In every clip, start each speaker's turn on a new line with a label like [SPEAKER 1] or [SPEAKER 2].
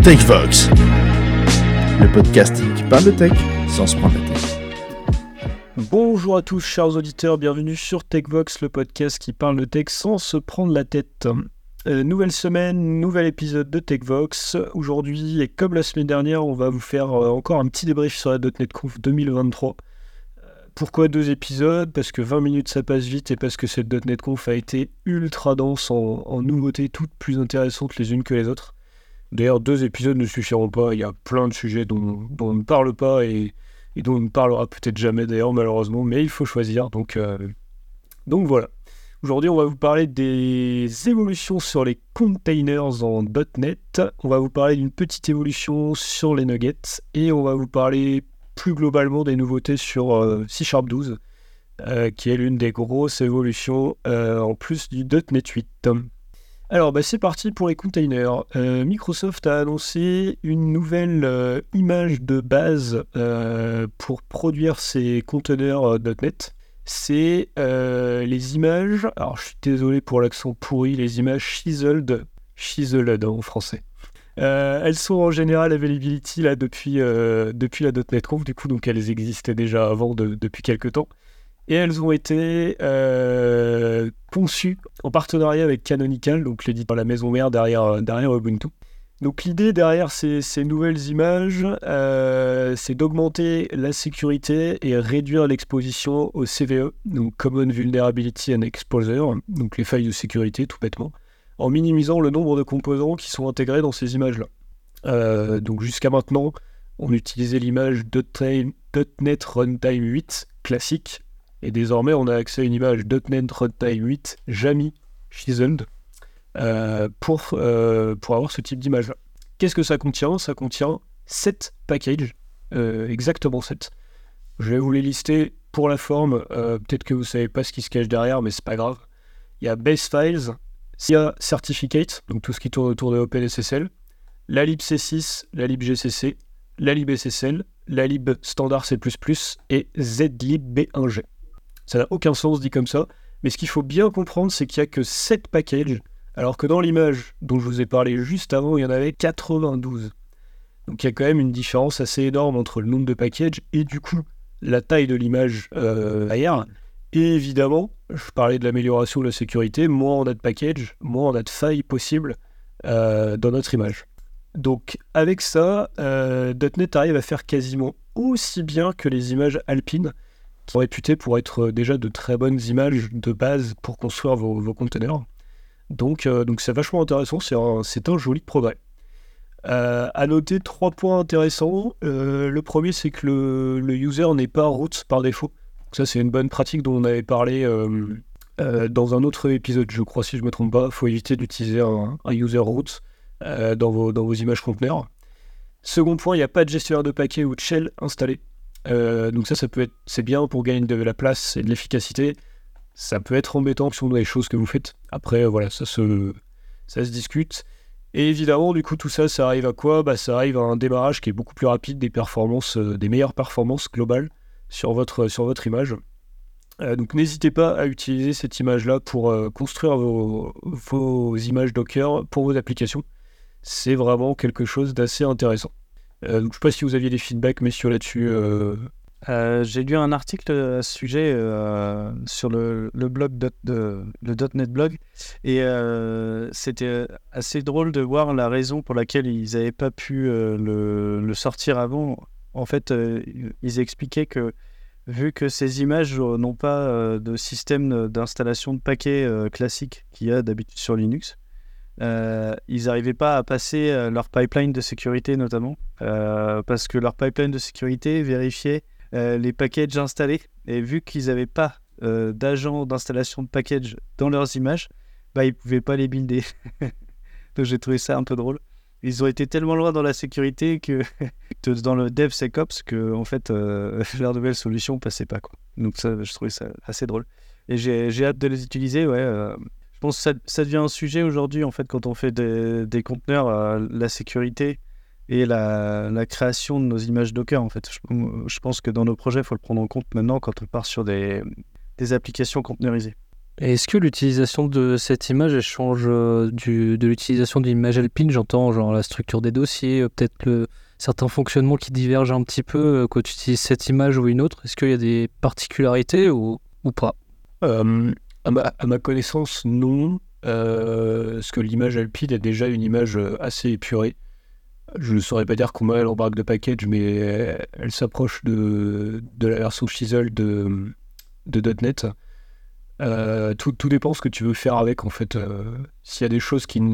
[SPEAKER 1] TechVox, le podcasting qui parle de tech sans se prendre la tête.
[SPEAKER 2] Bonjour à tous chers auditeurs, bienvenue sur TechVox, le podcast qui parle de tech sans se prendre la tête. Nouvelle semaine, nouvel épisode de TechVox. Aujourd'hui, et comme la semaine dernière, on va vous faire encore un petit débrief sur la .NET Conf 2023. Pourquoi 2 épisodes ? Parce que 20 minutes ça passe vite et parce que cette .NET Conf a été ultra dense en nouveautés, toutes plus intéressantes les unes que les autres. D'ailleurs, 2 épisodes ne suffiront pas, il y a plein de sujets dont on ne parle pas et dont on ne parlera peut-être jamais d'ailleurs malheureusement, mais il faut choisir, donc voilà. Aujourd'hui, on va vous parler des évolutions sur les containers en .NET, on va vous parler d'une petite évolution sur les nuggets, et on va vous parler plus globalement des nouveautés sur C# 12, qui est l'une des grosses évolutions en plus du .NET 8. Alors, c'est parti pour les containers. Microsoft a annoncé une nouvelle image de base pour produire ses conteneurs .NET. C'est les images, alors je suis désolé pour l'accent pourri, les images chiseled en français. Elles sont en général availability là, depuis la .NET Conf, du coup, donc elles existaient déjà avant depuis quelques temps. Et elles ont été conçues en partenariat avec Canonical, donc l'éditeur, la maison mère derrière Ubuntu. Donc l'idée derrière ces nouvelles images, c'est d'augmenter la sécurité et réduire l'exposition au CVE, donc Common Vulnerability and Exposure, donc les failles de sécurité tout bêtement, en minimisant le nombre de composants qui sont intégrés dans ces images-là. Donc jusqu'à maintenant, on utilisait l'image .NET Runtime 8 classique, et désormais on a accès à une image .NET Runtime 8 Jammy Chiseled pour avoir ce type d'image-là. Qu'est-ce que ça contient ? Ça contient 7 packages, exactement 7. Je vais vous les lister pour la forme, peut-être que vous ne savez pas ce qui se cache derrière, mais c'est pas grave. Il y a Base Files, CIA Certificate, donc tout ce qui tourne autour de OpenSSL, la lib C6, la lib GCC, la lib SSL, la lib standard C++ et zlib B1G. Ça n'a aucun sens dit comme ça, mais ce qu'il faut bien comprendre, c'est qu'il n'y a que 7 packages, alors que dans l'image dont je vous ai parlé juste avant, il y en avait 92. Donc il y a quand même une différence assez énorme entre le nombre de packages et du coup la taille de l'image derrière. Et évidemment, je parlais de l'amélioration de la sécurité, moins on a de packages, moins on a de failles possibles dans notre image. Donc avec ça, .NET arrive à faire quasiment aussi bien que les images alpines, qui sont réputées pour être déjà de très bonnes images de base pour construire vos containers. Donc c'est vachement intéressant, c'est un joli progrès. À noter 3 points intéressants. Le premier, c'est que le user n'est pas root par défaut. Donc ça, c'est une bonne pratique dont on avait parlé dans un autre épisode, je crois, si je ne me trompe pas. Il faut éviter d'utiliser un user root dans vos images conteneurs. Second point, il n'y a pas de gestionnaire de paquets ou de shell installé. Donc c'est bien pour gagner de la place et de l'efficacité. Ça peut être embêtant sur les choses que vous faites. Après, voilà, ça se discute. Et évidemment, du coup, tout ça, ça arrive à quoi ? Ça arrive à un démarrage qui est beaucoup plus rapide, des meilleures performances globales sur votre image. Donc n'hésitez pas à utiliser cette image-là pour construire vos images Docker pour vos applications. C'est vraiment quelque chose d'assez intéressant. Donc je ne sais pas si vous aviez des feedbacks, messieurs, là-dessus.
[SPEAKER 3] J'ai lu un article à ce sujet sur le blog le .NET blog, et c'était assez drôle de voir la raison pour laquelle ils n'avaient pas pu le sortir avant. En fait, ils expliquaient que vu que ces images n'ont pas de système d'installation de paquets classique qu'il y a d'habitude sur Linux, ils n'arrivaient pas à passer leur pipeline de sécurité notamment, parce que leur pipeline de sécurité vérifiait les packages installés, et vu qu'ils n'avaient pas d'agent d'installation de packages dans leurs images, ils ne pouvaient pas les builder. Donc j'ai trouvé ça un peu drôle. Ils ont été tellement loin dans la sécurité que dans le DevSecOps que en fait leur nouvelle solution passait pas, quoi. Donc ça, je trouvais ça assez drôle. Et j'ai hâte de les utiliser. Ouais, je pense que ça devient un sujet aujourd'hui en fait quand on fait des conteneurs, la sécurité et la création de nos images Docker en fait. Je pense que dans nos projets, il faut le prendre en compte maintenant quand on part sur des applications conteneurisées. Et est-ce que l'utilisation de cette image elle change de l'utilisation d'une image Alpine? J'entends genre la structure des dossiers, peut-être certains fonctionnements qui divergent un petit peu quand tu utilises cette image ou une autre. Est-ce qu'il y a des particularités ou pas?
[SPEAKER 2] À ma connaissance, non. Parce que l'image Alpine est déjà une image assez épurée. Je ne saurais pas dire combien elle embarque de package, mais elle s'approche de la version Chisel de .NET. Tout dépend ce que tu veux faire avec, en fait. S'il y a des choses qui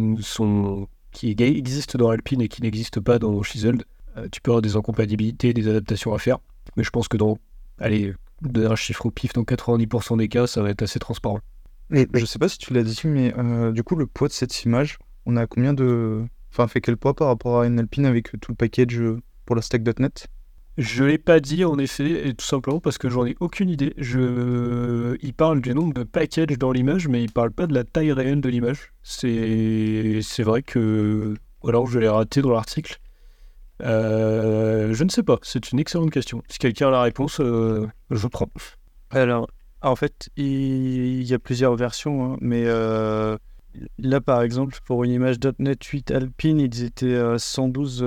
[SPEAKER 2] existent dans Alpine et qui n'existent pas dans Chisel, tu peux avoir des incompatibilités, des adaptations à faire. Mais je pense que allez, donner un chiffre au pif, dans 90% des cas, ça va être assez transparent.
[SPEAKER 4] Et je sais pas si tu l'as dit, mais du coup, le poids de cette image, on a combien de... Enfin, fait quel poids par rapport à une Alpine avec tout le package pour la stack.net?
[SPEAKER 2] Je l'ai pas dit en effet, et tout simplement parce que j'en ai aucune idée. Il parle du nombre de packages dans l'image, mais il parle pas de la taille réelle de l'image. C'est vrai que... Ou alors je l'ai raté dans l'article. Je ne sais pas, c'est une excellente question. Si quelqu'un a la réponse, je prends.
[SPEAKER 3] Alors, en fait, il y a plusieurs versions, hein, mais là, par exemple, pour une image .NET 8 Alpine, ils étaient à 112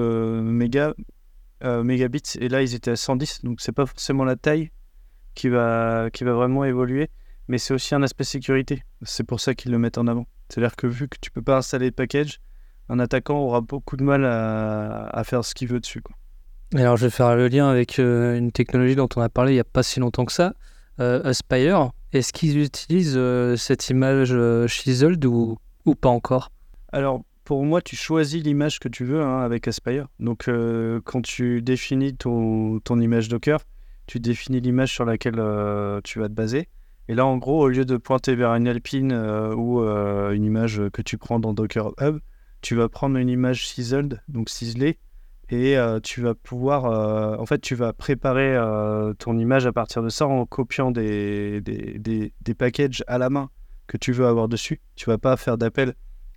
[SPEAKER 3] mégabits, et là, ils étaient à 110, donc c'est pas forcément la taille qui va vraiment évoluer, mais c'est aussi un aspect sécurité. C'est pour ça qu'ils le mettent en avant. C'est-à-dire que vu que tu peux pas installer de package, un attaquant aura beaucoup de mal à faire ce qu'il veut dessus, quoi. Alors, je vais faire le lien avec une technologie dont on a parlé il n'y a pas si longtemps que ça, Aspire. Est-ce qu'ils utilisent cette image chiseled ou pas encore? Alors, pour moi, tu choisis l'image que tu veux avec Aspire. Donc, quand tu définis ton image Docker, tu définis l'image sur laquelle tu vas te baser. Et là, en gros, au lieu de pointer vers une Alpine ou une image que tu prends dans Docker Hub, tu vas prendre une image chiseled, donc ciselée, et tu vas pouvoir... en fait, tu vas préparer ton image à partir de ça en copiant des packages à la main que tu veux avoir dessus. Tu vas pas faire d'appel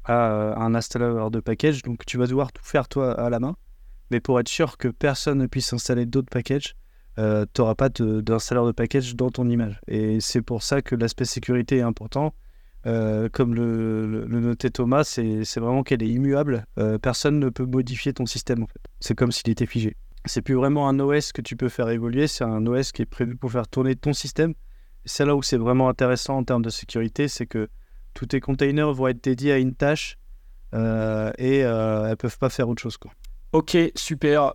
[SPEAKER 3] à un installeur de package, donc tu vas devoir tout faire toi à la main. Mais pour être sûr que personne ne puisse installer d'autres packages, tu n'auras pas d'installeur de package dans ton image. Et c'est pour ça que l'aspect sécurité est important. Comme le notait Thomas, c'est vraiment qu'elle est immuable. Personne ne peut modifier ton système, en fait. C'est comme s'il était figé. C'est plus vraiment un OS que tu peux faire évoluer, c'est un OS qui est prévu pour faire tourner ton système. C'est là où c'est vraiment intéressant en termes de sécurité, c'est que tous tes containers vont être dédiés à une tâche et elles peuvent pas faire autre chose, quoi.
[SPEAKER 2] Ok, super.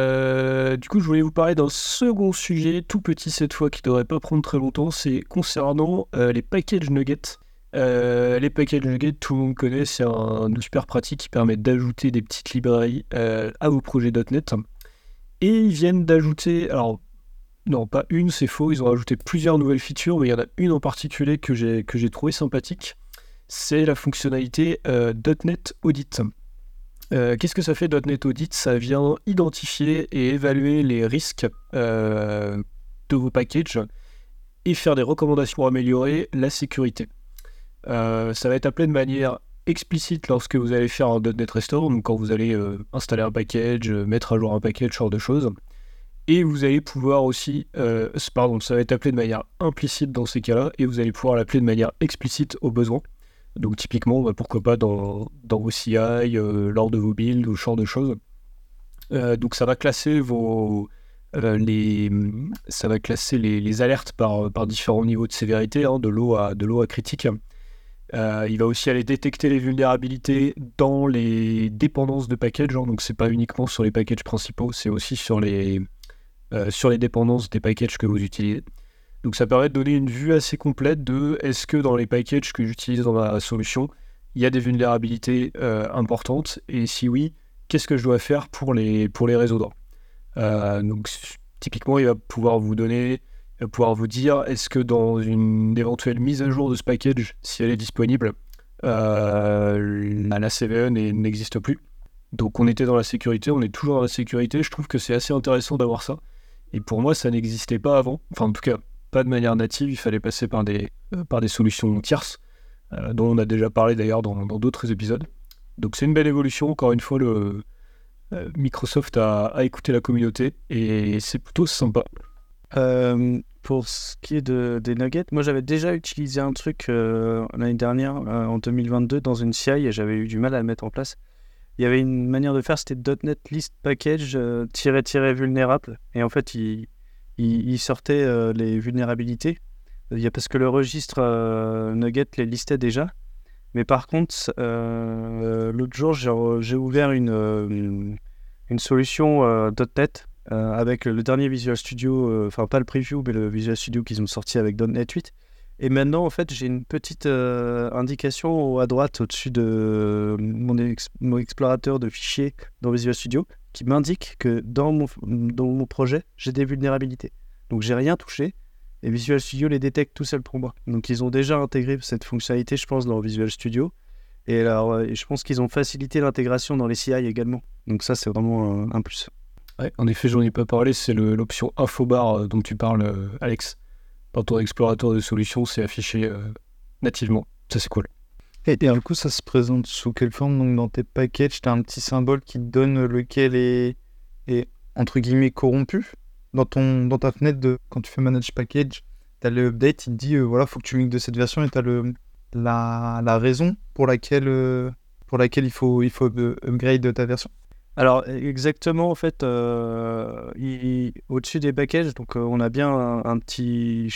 [SPEAKER 2] Du coup, je voulais vous parler d'un second sujet, tout petit cette fois, qui ne devrait pas prendre très longtemps. C'est concernant les package nuggets. Les package nuggets, tout le monde connaît, c'est un super pratique qui permet d'ajouter des petites librairies à vos projets .NET. Et ils viennent d'ajouter, alors non, pas une, c'est faux, ils ont ajouté plusieurs nouvelles features, mais il y en a une en particulier que j'ai trouvé sympathique. C'est la fonctionnalité .NET Audit. Qu'est-ce que ça fait .NET Audit? Ça vient identifier et évaluer les risques de vos packages et faire des recommandations pour améliorer la sécurité. Ça va être appelé de manière explicite lorsque vous allez faire un .NET Restore, donc quand vous allez installer un package, mettre à jour un package, ce genre de choses. Et vous allez pouvoir aussi, ça va être appelé de manière implicite dans ces cas-là, et vous allez pouvoir l'appeler de manière explicite au besoin. Donc typiquement, pourquoi pas dans vos CI, lors de vos builds ou ce genre de choses. Donc ça va classer les alertes par différents niveaux de sévérité, de low à critique. Il va aussi aller détecter les vulnérabilités dans les dépendances de packages, donc c'est pas uniquement sur les packages principaux, c'est aussi sur les dépendances des packages que vous utilisez. Donc ça permet de donner une vue assez complète de est-ce que dans les packages que j'utilise dans ma solution, il y a des vulnérabilités importantes, et si oui, qu'est-ce que je dois faire pour les résoudre. Donc typiquement, il va pouvoir vous dire est-ce que dans une éventuelle mise à jour de ce package, si elle est disponible, la CVE n'existe plus. Donc on était dans la sécurité, on est toujours dans la sécurité. Je trouve que c'est assez intéressant d'avoir ça. Et pour moi, ça n'existait pas avant. Enfin, en tout cas, pas de manière native. Il fallait passer par des solutions tierces, dont on a déjà parlé d'ailleurs dans d'autres épisodes. Donc c'est une belle évolution. Encore une fois, Microsoft a écouté la communauté et c'est plutôt sympa.
[SPEAKER 3] pour ce qui est des nuggets, moi j'avais déjà utilisé un truc l'année dernière, en 2022, dans une CI et j'avais eu du mal à le mettre en place. Il y avait une manière de faire, c'était .NET List Package vulnérable. Et en fait, il sortait les vulnérabilités. Parce que le registre Nugget les listait déjà. Mais par contre, l'autre jour, j'ai ouvert une solution .NET avec le dernier Visual Studio, enfin pas le preview, mais le Visual Studio qu'ils ont sorti avec .NET 8. Et maintenant, en fait, j'ai une petite indication à droite au-dessus de mon explorateur de fichiers dans Visual Studio qui m'indique que dans mon projet, j'ai des vulnérabilités. Donc, j'ai rien touché et Visual Studio les détecte tout seul pour moi. Donc, ils ont déjà intégré cette fonctionnalité, je pense, dans Visual Studio. Et alors, je pense qu'ils ont facilité l'intégration dans les CI également. Donc, ça, c'est vraiment un plus.
[SPEAKER 2] Ouais, en effet, j'en ai pas parlé, c'est l'option Infobar dont tu parles, Alex. Dans ton explorateur de solutions, c'est affiché nativement. Ça, c'est cool.
[SPEAKER 4] Et du coup, ça se présente sous quelle forme? Donc, dans tes packages, tu as un petit symbole qui te donne lequel est entre guillemets corrompu. Dans ta fenêtre, quand tu fais Manage Package, tu as le update, il te dit voilà, faut que tu migres de cette version et tu as la raison pour laquelle il faut upgrade ta version.
[SPEAKER 3] Alors exactement, en fait, au-dessus des packages, donc on a bien un petit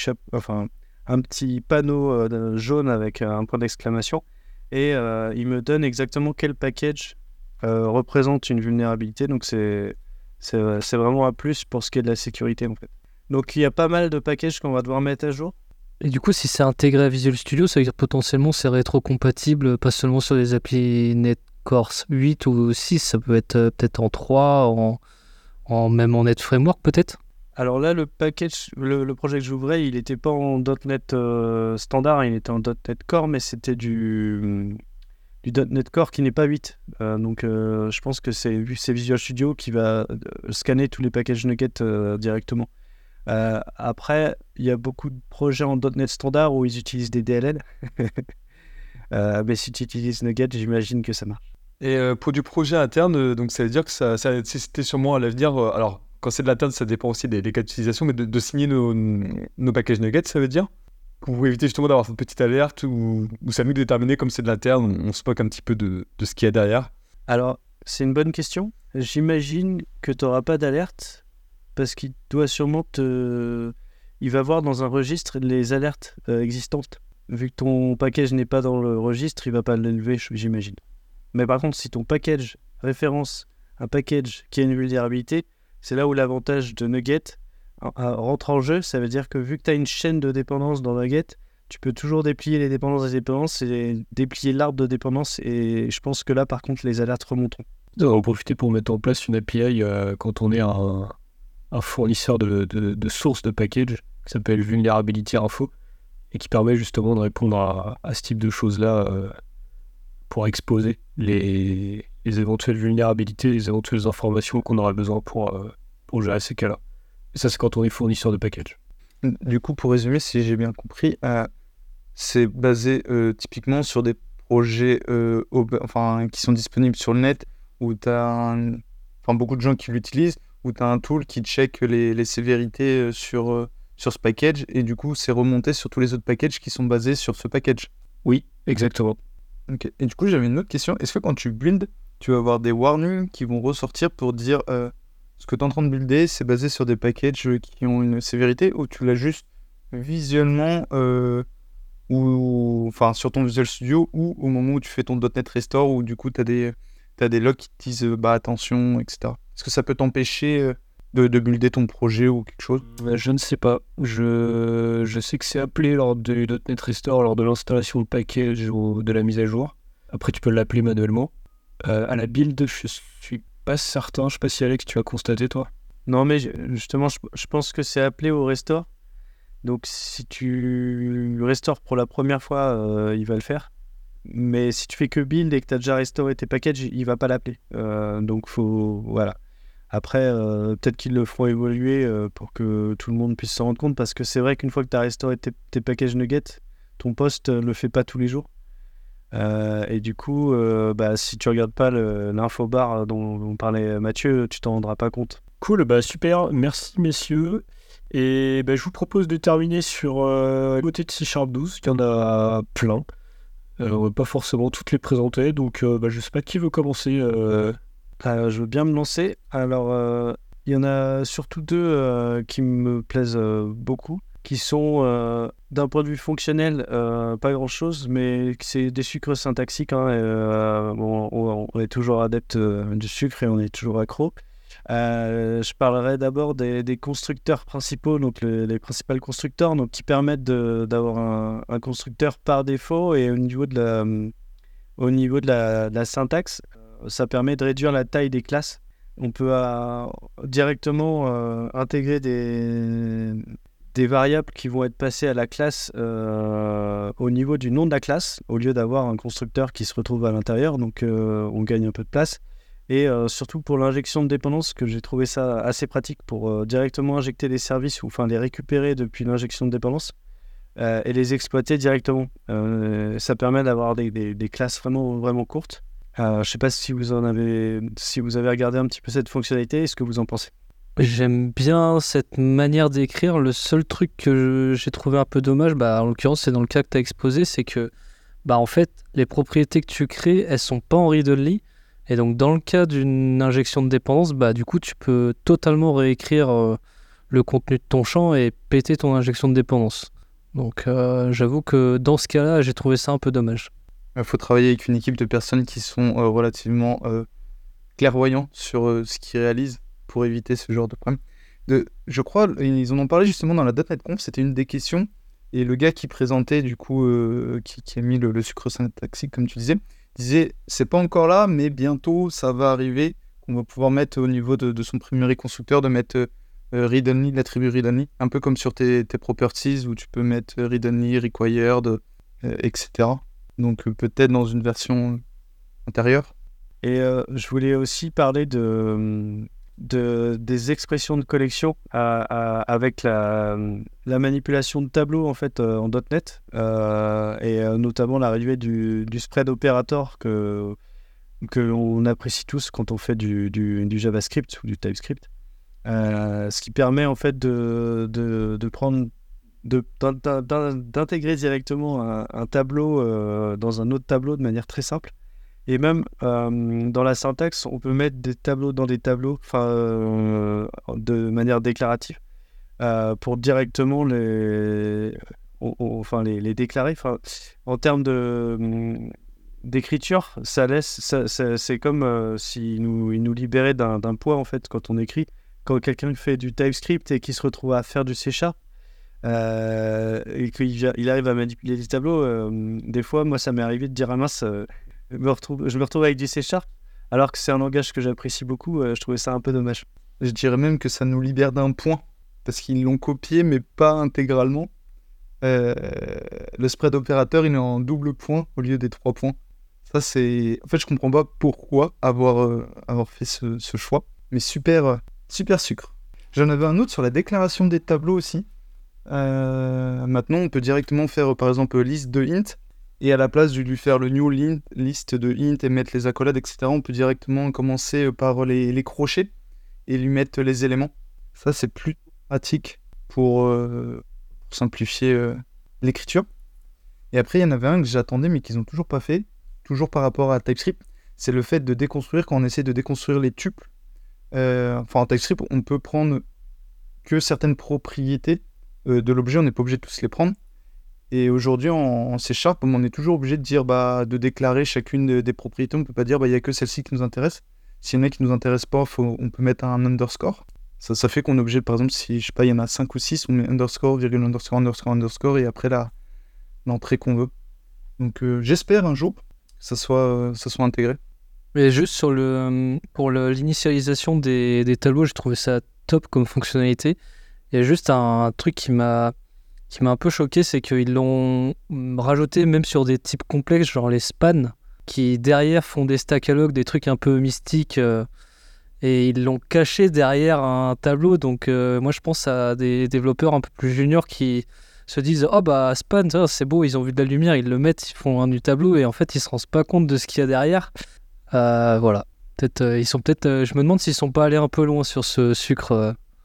[SPEAKER 3] panneau jaune avec un point d'exclamation et il me donne exactement quel package représente une vulnérabilité. Donc c'est vraiment un plus pour ce qui est de la sécurité en fait. Donc il y a pas mal de packages qu'on va devoir mettre à jour.
[SPEAKER 5] Et du coup, si c'est intégré à Visual Studio, ça veut dire potentiellement c'est rétro-compatible, pas seulement sur les applis NetCore 8 ou 6, ça peut être peut-être en 3, même en Net Framework peut-être.
[SPEAKER 3] Alors là, le package, le projet que j'ouvrais, il n'était pas en .NET standard, il était en .NET Core, mais c'était du .NET Core qui n'est pas 8. Donc je pense que c'est Visual Studio qui va scanner tous les packages Nugget directement. Après, il y a beaucoup de projets en .NET standard où ils utilisent des DLL. Mais si tu utilises Nugget, j'imagine que ça marche.
[SPEAKER 6] Et pour du projet interne, donc ça veut dire que ça a nécessité sûrement à l'avenir, alors quand c'est de l'interne, ça dépend aussi des cas d'utilisation, mais de signer nos packages Nuggets, ça veut dire pour éviter justement d'avoir cette petite alerte où c'est mieux de déterminer comme c'est de l'interne, on se moque un petit peu de ce qu'il y a derrière.
[SPEAKER 3] Alors, c'est une bonne question. J'imagine que tu n'auras pas d'alerte parce qu'il doit sûrement il va voir dans un registre les alertes existantes. Vu que ton package n'est pas dans le registre, il ne va pas l'élever, j'imagine. Mais par contre, si ton package référence un package qui a une vulnérabilité, c'est là où l'avantage de Nugget rentre en jeu. Ça veut dire que vu que tu as une chaîne de dépendance dans Nugget, tu peux toujours déplier les dépendances des dépendances et déplier l'arbre de dépendance. Et je pense que là, par contre, les alertes remonteront.
[SPEAKER 2] On va en profiter pour mettre en place une API quand on est un fournisseur de source de package qui s'appelle Vulnerability Info et qui permet justement de répondre à ce type de choses-là pour exposer les éventuelles vulnérabilités, les éventuelles informations qu'on aurait besoin pour gérer ces cas-là. Et ça, c'est quand on est fournisseur de package.
[SPEAKER 4] Du coup, pour résumer, si j'ai bien compris, c'est basé typiquement sur des projets qui sont disponibles sur le net, où tu as beaucoup de gens qui l'utilisent, où tu as un tool qui check les sévérités sur ce package, et du coup, c'est remonté sur tous les autres packages qui sont basés sur ce package.
[SPEAKER 2] Oui, exactement.
[SPEAKER 4] Okay. Et du coup, j'avais une autre question. Est-ce que quand tu builds, tu vas avoir des warnings qui vont ressortir pour dire ce que tu es en train de builder, c'est basé sur des packages qui ont une sévérité, ou tu l'as juste visuellement sur ton Visual Studio, ou au moment où tu fais ton .NET Restore, où du coup tu as des logs qui te disent attention, etc. Est-ce que ça peut t'empêcher de builder ton projet ou quelque chose?
[SPEAKER 2] Je ne sais pas. Je sais que c'est appelé lors du .NET Restore, lors de l'installation de package ou de la mise à jour. Après, tu peux l'appeler manuellement. À la build, je suis pas certain. Je sais pas si Alex, tu as constaté, toi.
[SPEAKER 3] Non, mais justement, je pense que c'est appelé au restore. Donc, si tu restores pour la première fois, il va le faire. Mais si tu fais que build et que tu as déjà restauré tes packages, il va pas l'appeler. Donc, voilà. Après, peut-être qu'ils le feront évoluer pour que tout le monde puisse s'en rendre compte, parce que c'est vrai qu'une fois que tu as restauré tes packages Nugget, ton poste le fait pas tous les jours. Et du coup, si tu regardes pas l'infobar dont parlait Mathieu, tu t'en rendras pas compte.
[SPEAKER 2] Cool, super, merci messieurs. Et je vous propose de terminer sur la beauté de C# 12. Il y en a plein. On va pas forcément toutes les présenter, donc je sais pas qui veut commencer.
[SPEAKER 3] Je veux bien me lancer. Alors, il y en a surtout deux qui me plaisent beaucoup, qui sont, d'un point de vue fonctionnel, pas grand-chose, mais c'est des sucres syntaxiques. On est toujours adepte du sucre et on est toujours accro. Je parlerai d'abord des constructeurs principaux, donc les principaux constructeurs, donc qui permettent d'avoir un constructeur par défaut. Et au niveau de la syntaxe, ça permet de réduire la taille des classes. On peut directement intégrer des variables qui vont être passées à la classe au niveau du nom de la classe, au lieu d'avoir un constructeur qui se retrouve à l'intérieur. Donc on gagne un peu de place. Et surtout pour l'injection de dépendance, que j'ai trouvé ça assez pratique pour directement injecter des services, ou enfin les récupérer depuis l'injection de dépendance et les exploiter directement. Ça permet d'avoir des classes vraiment, vraiment courtes. Je ne sais pas si vous avez regardé un petit peu cette fonctionnalité, est-ce que vous en pensez ?
[SPEAKER 5] J'aime bien cette manière d'écrire. Le seul truc que j'ai trouvé un peu dommage, en l'occurrence c'est dans le cas que tu as exposé, c'est que en fait les propriétés que tu crées, elles sont pas en read-only. Et donc dans le cas d'une injection de dépendance, du coup tu peux totalement réécrire le contenu de ton champ et péter ton injection de dépendance. Donc j'avoue que dans ce cas-là, j'ai trouvé ça un peu dommage.
[SPEAKER 4] Il faut travailler avec une équipe de personnes qui sont relativement clairvoyants sur ce qu'ils réalisent pour éviter ce genre de problème. Je crois, ils en ont parlé justement dans la .NET Conf, c'était une des questions. Et le gars qui présentait, du coup, qui a mis le sucre syntaxique, comme tu disait, c'est pas encore là, mais bientôt ça va arriver. On va pouvoir mettre au niveau de son primary constructeur, de mettre read-only, l'attribut read-only, un peu comme sur tes properties où tu peux mettre read-only, required, etc. Donc peut-être dans une version antérieure.
[SPEAKER 3] Et je voulais aussi parler des expressions de collection avec la manipulation de tableaux en fait en .NET et notamment l'arrivée du spread operator que l'on apprécie tous quand on fait du JavaScript ou du TypeScript, ce qui permet en fait d'intégrer directement un tableau dans un autre tableau de manière très simple. Et même dans la syntaxe, on peut mettre des tableaux dans des tableaux de manière déclarative pour directement les déclarer. En termes d'écriture, c'est comme s'il nous libérait d'un poids en fait, quand on écrit. Quand quelqu'un fait du TypeScript et qui se retrouve à faire du C# et qu'il arrive à manipuler des tableaux, des fois, moi, ça m'est arrivé de dire mince, je me retrouve avec du C#, alors que c'est un langage que j'apprécie beaucoup. Je trouvais ça un peu dommage.
[SPEAKER 4] Je dirais même que ça nous libère d'un point, parce qu'ils l'ont copié, mais pas intégralement. Le spread opérateur, il est en double point au lieu des 3 points. Ça, c'est... En fait, je comprends pas pourquoi avoir fait ce choix, mais super sucre. J'en avais un autre sur la déclaration des tableaux aussi. Maintenant, on peut directement faire, par exemple, liste de int. Et à la place de lui faire le new liste de int et mettre les accolades, etc., on peut directement commencer par les crochets et lui mettre les éléments. Ça, c'est plus pratique pour simplifier l'écriture. Et après, il y en avait un que j'attendais, mais qu'ils n'ont toujours pas fait, toujours par rapport à TypeScript. C'est le fait de déconstruire, quand on essaie de déconstruire les tuples. En TypeScript, on peut prendre que certaines propriétés de l'objet, on n'est pas obligé de tous les prendre. Et aujourd'hui, en C#, on est toujours obligé de dire, de déclarer chacune des propriétés. On ne peut pas dire, il n'y a que celle-ci qui nous intéresse. S'il y en a qui ne nous intéressent pas, on peut mettre un underscore. Ça fait qu'on est obligé, par exemple, si, je sais pas, il y en a 5 ou 6, on met underscore, virgule, underscore, et après l'entrée qu'on veut. Donc j'espère un jour que ça soit intégré.
[SPEAKER 5] Et juste pour l'initialisation des tableaux, j'ai trouvé ça top comme fonctionnalité. Il y a juste un truc qui m'a un peu choqué, c'est qu'ils l'ont rajouté même sur des types complexes, genre les spans, qui derrière font des stackalogs, des trucs un peu mystiques, et ils l'ont caché derrière un tableau. Donc moi je pense à des développeurs un peu plus juniors qui se disent span, ça, c'est beau, ils ont vu de la lumière, ils le mettent, ils font un du tableau, et en fait ils se rendent pas compte de ce qu'il y a derrière. Voilà, je me demande s'ils sont pas allés un peu loin sur ce sucre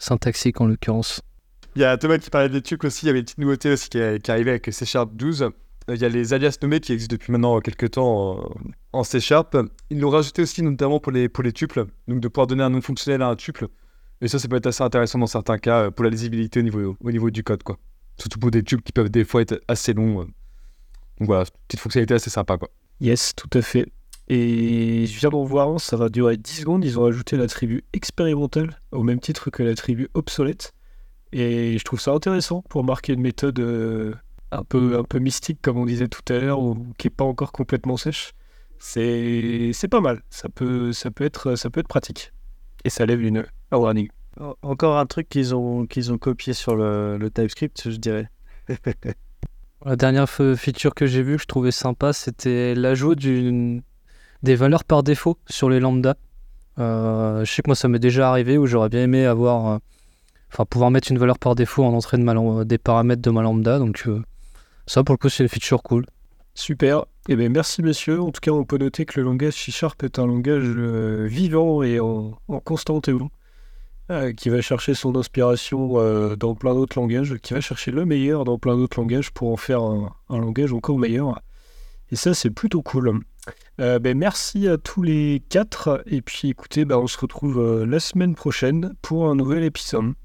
[SPEAKER 5] syntaxique en l'occurrence.
[SPEAKER 6] Il y a Thomas qui parlait des tuples aussi, il y avait une petite nouveauté aussi qui arrivait avec C# 12. Il y a les alias nommés qui existent depuis maintenant quelques temps en C#. Ils l'ont rajouté aussi notamment pour les tuples, donc de pouvoir donner un nom fonctionnel à un tuple. Et ça peut être assez intéressant dans certains cas pour la lisibilité au niveau du code, quoi. Surtout pour des tuples qui peuvent des fois être assez longs. Donc voilà, petite fonctionnalité assez sympa, quoi.
[SPEAKER 2] Yes, tout à fait. Et je viens d'en voir un, ça va durer 10 secondes. Ils ont ajouté l'attribut expérimental au même titre que l'attribut obsolète. Et je trouve ça intéressant pour marquer une méthode un peu mystique, comme on disait tout à l'heure, ou qui n'est pas encore complètement sèche. C'est pas mal. Ça peut être pratique. Et ça lève un warning.
[SPEAKER 3] Encore un truc qu'ils ont copié sur le TypeScript, je dirais.
[SPEAKER 5] La dernière feature que j'ai vue, que je trouvais sympa, c'était l'ajout des valeurs par défaut sur les lambda. Je sais que moi ça m'est déjà arrivé où j'aurais bien aimé pouvoir mettre une valeur par défaut en entrée des paramètres de ma lambda. Donc ça pour le coup c'est une feature cool.
[SPEAKER 2] Super. Eh bien, merci messieurs. En tout cas, on peut noter que le langage C# est un langage vivant et en constante évolution, qui va chercher son inspiration dans plein d'autres langages, qui va chercher le meilleur dans plein d'autres langages pour en faire un langage encore meilleur. Et ça, c'est plutôt cool. Merci à tous les 4. Et puis, écoutez, on se retrouve la semaine prochaine pour un nouvel épisode.